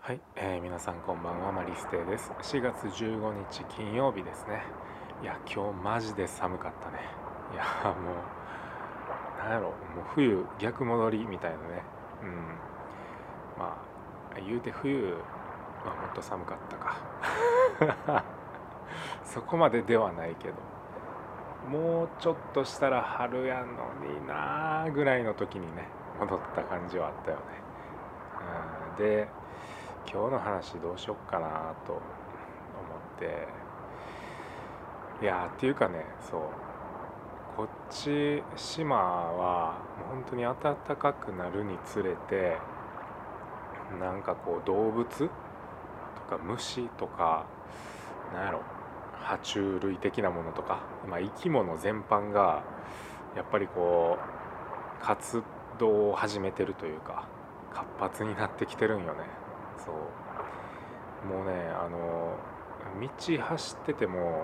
はい、皆さんこんばんは。マリステです。4月15日金曜日ですね。いや今日マジで寒かったね。いやもうなんやろ、もう冬逆戻りみたいなね。うん。まあ言うて冬はもっと寒かったか。そこまでではないけど、もうちょっとしたら春やのになーぐらいの時にね戻った感じはあったよね。で今日の話どうしよっかなと思って、いやっていうかね、そうこっち島はもう本当に暖かくなるにつれて、なんかこう動物とか虫とか、なんやろ、爬虫類的なものとか、生き物全般がやっぱりこう活動を始めてるというか活発になってきてるんよね。そうもうね、道走ってても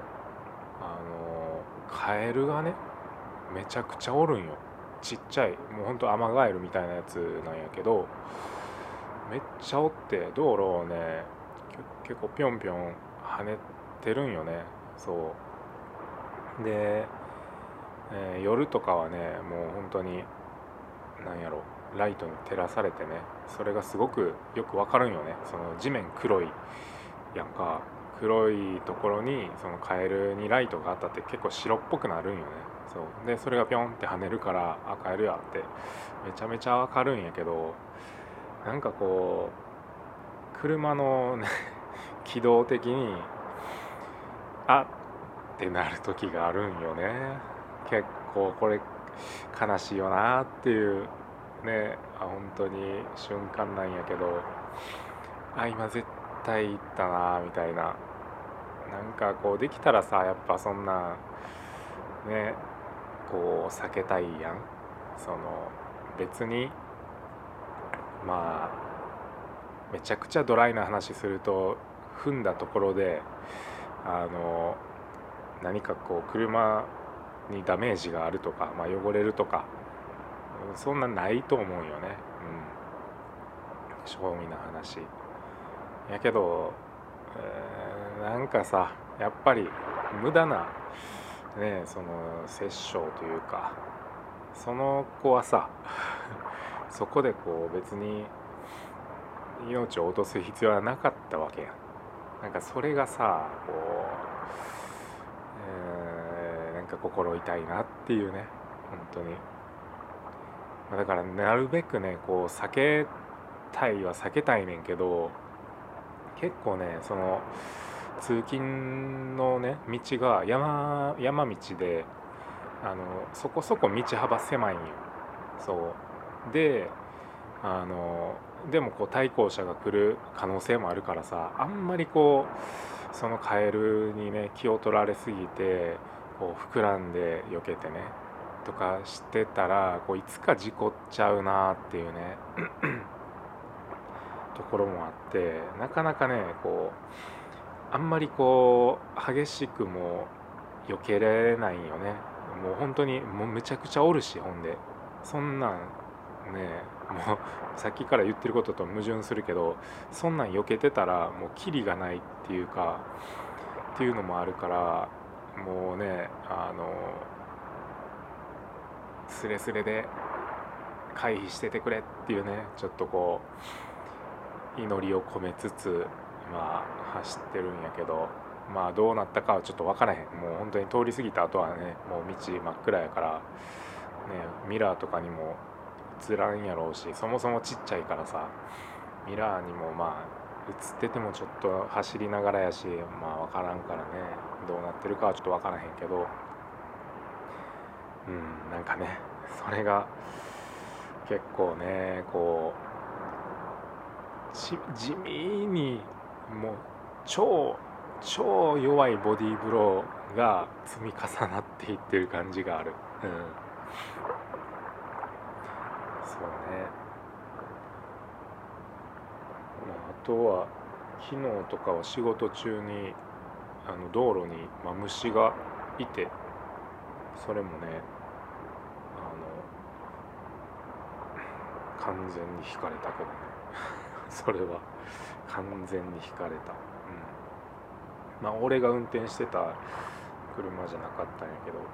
カエルがねめちゃくちゃおるんよ。ちっちゃい、もうほんとアマガエルみたいなやつなんやけど、めっちゃおって、道路をね結構ぴょんぴょん跳ねてるんよね。そうで、夜とかはねもう本当になんやろ、ライトに照らされてね、それがすごくよくわかるんよね。その地面黒いやんか。黒いところにそのカエルにライトが当たって結構白っぽくなるんよね。そうでそれがピョンって跳ねるから、あ、カエルやってめちゃめちゃわかるんやけど、なんかこう車のね軌道的にあってなる時があるんよね。結構これ悲しいよなっていうね、本当に瞬間なんやけど、今絶対行ったなみたいな。なんかこうできたらさ、やっぱそんなね、こう避けたいやん。その別にまあめちゃくちゃドライな話すると、踏んだところであの何かこう車にダメージがあるとか、汚れるとか、そんなないと思うよね。正味な話やけど、なんかさ、やっぱり無駄なね、その殺生というか、その子はさそこでこう別に命を落とす必要はなかったわけや。なんかそれがさ、こう、なんか心痛いなっていうね、本当に。だからなるべくねこう避けたいは避けたいねんけど、結構ねその通勤のね道が山道で、そこそこ道幅狭いんよ。そうで、でもこう対向車が来る可能性もあるからさ、あんまりこうそのカエルにね気を取られすぎてこう膨らんで避けてねとかしてたら、こういつか事故っちゃうなっていうねところもあって、なかなかねこうあんまりこう激しくも避けられないんよね。もう本当にもうめちゃくちゃおるし、ほんでそんなんね、もうさっきから言ってることと矛盾するけど、そんなん避けてたらもうキリがないっていうか、っていうのもあるから、もうねスレスレで回避しててくれっていうね、ちょっとこう祈りを込めつつ走ってるんやけど、どうなったかはちょっと分からへん。もう本当に通り過ぎた後はねもう道真っ暗やからね、ミラーとかにも映らんやろうし、そもそもちっちゃいからさ、ミラーにも映っててもちょっと走りながらやし、分からんからね、どうなってるかはちょっと分からへんけど、なんかね、それが結構ねこう地味にもう超弱いボディーブローが積み重なっていってる感じがある。そうね。あとは昨日とかは仕事中に道路に虫がいて、それもね完全に引かれたけどねそれは完全に引かれた。まあ俺が運転してた車じゃなかったんやけど、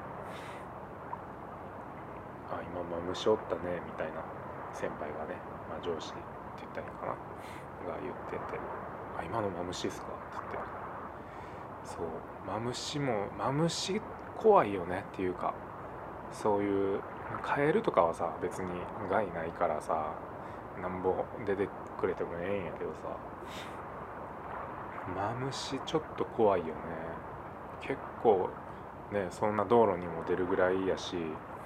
今マムシおったねみたいな先輩がね、上司って言ったらいいかなが言ってて、今のマムシですかって言って、そうマムシ怖いよねっていうか、そういうカエルとかはさ別に害ないからさ、なんぼ出てくれてもええんやけどさ、マムシちょっと怖いよね。結構ね、そんな道路にも出るぐらいやし、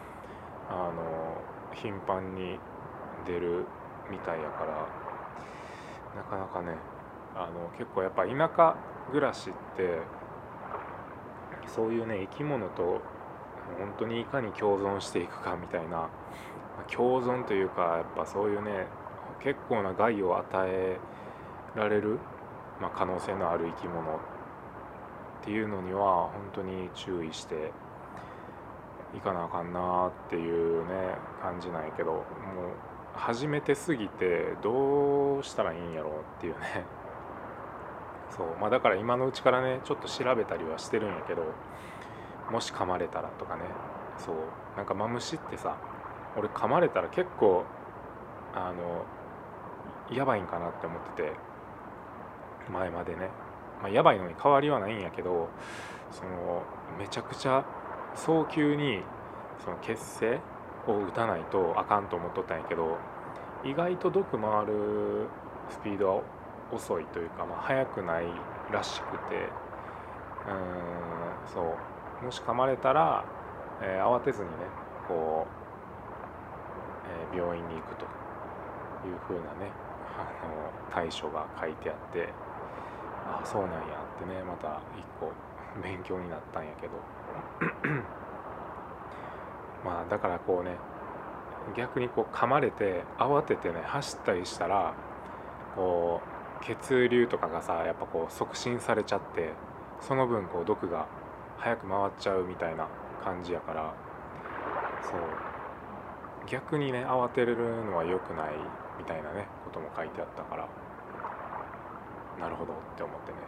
頻繁に出るみたいやから、なかなかね、結構やっぱ田舎暮らしってそういうね生き物と本当にいかに共存していくかみたいな、共存というかやっぱそういうね結構な害を与えられる、可能性のある生き物っていうのには本当に注意していかなあかんなっていうね感じなんやけど、もう初めてすぎてどうしたらいいんやろうっていうねそうだから今のうちからねちょっと調べたりはしてるんやけど、もし噛まれたらとかね、そうなんかマムシってさ、俺噛まれたら結構やばいんかなって思ってて、前までね、やばいのに変わりはないんやけど、そのめちゃくちゃ早急にその血清を打たないとあかんと思っとったんやけど、意外と毒回るスピードは遅いというか、速くないらしくて、そうもし噛まれたら、慌てずにねこう、病院に行くという風なね対処が書いてあって、そうなんやってね、また一個勉強になったんやけどだからこうね、逆にこう噛まれて慌ててね走ったりしたら、こう血流とかがさやっぱこう促進されちゃって、その分こう毒が早く回っちゃうみたいな感じやから、そう逆にね慌てれるのは良くないみたいなねことも書いてあったから、なるほどって思ってね、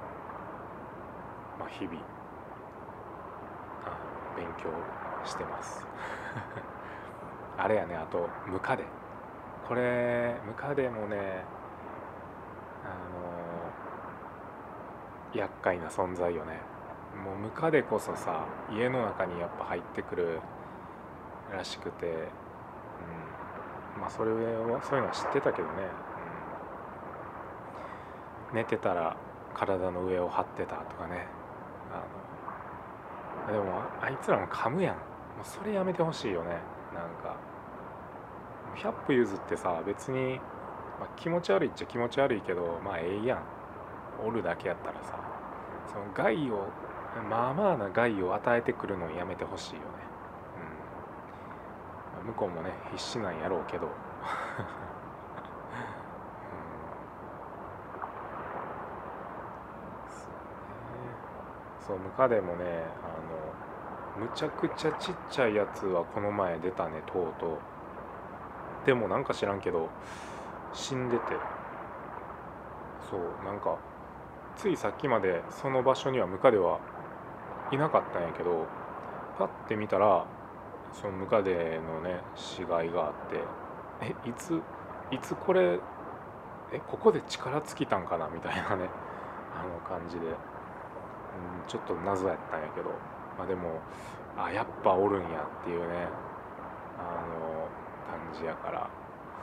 日々勉強してますあれやね、あとムカデ、これムカデもね厄介な存在よね。もうムカデこそさ家の中にやっぱ入ってくるらしくて、そういうのは知ってたけどね、寝てたら体の上を張ってたとかね、でもあいつらも噛むやん。もうそれやめてほしいよね。なんか100歩譲ってさ、別に、気持ち悪いっちゃ気持ち悪いけど、ええやん、おるだけやったらさ、その害をまあまあな害を与えてくるのやめてほしいよね。向こうもね必死なんやろうけどそうムカデもね、むちゃくちゃちっちゃいやつはこの前出たね、とうとう。でもなんか知らんけど死んでて、そうなんかついさっきまでその場所にはムカデはいなかったんやけど、パッて見たらそのムカデのね死骸があって、いつこれここで力尽きたんかなみたいなね感じで、ちょっと謎やったんやけど、でもやっぱおるんやっていうね感じやから、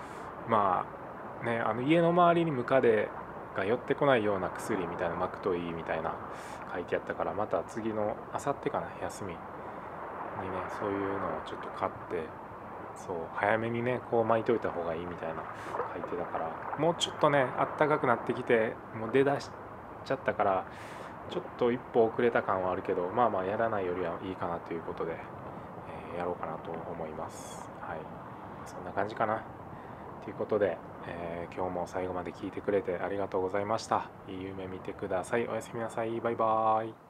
家の周りにムカデが寄ってこないような薬みたいな巻くといいみたいな書いてあったから、また次のあさってかな、休みにねそういうのをちょっと買って、そう早めにねこう巻いといた方がいいみたいな書いてたから、もうちょっとねあったかくなってきてもう出だしちゃったから、ちょっと一歩遅れた感はあるけど、やらないよりはいいかなということで、やろうかなと思います。はい、そんな感じかなということで、今日も最後まで聞いてくれてありがとうございました。いい夢見てください。おやすみなさい。バイバーイ。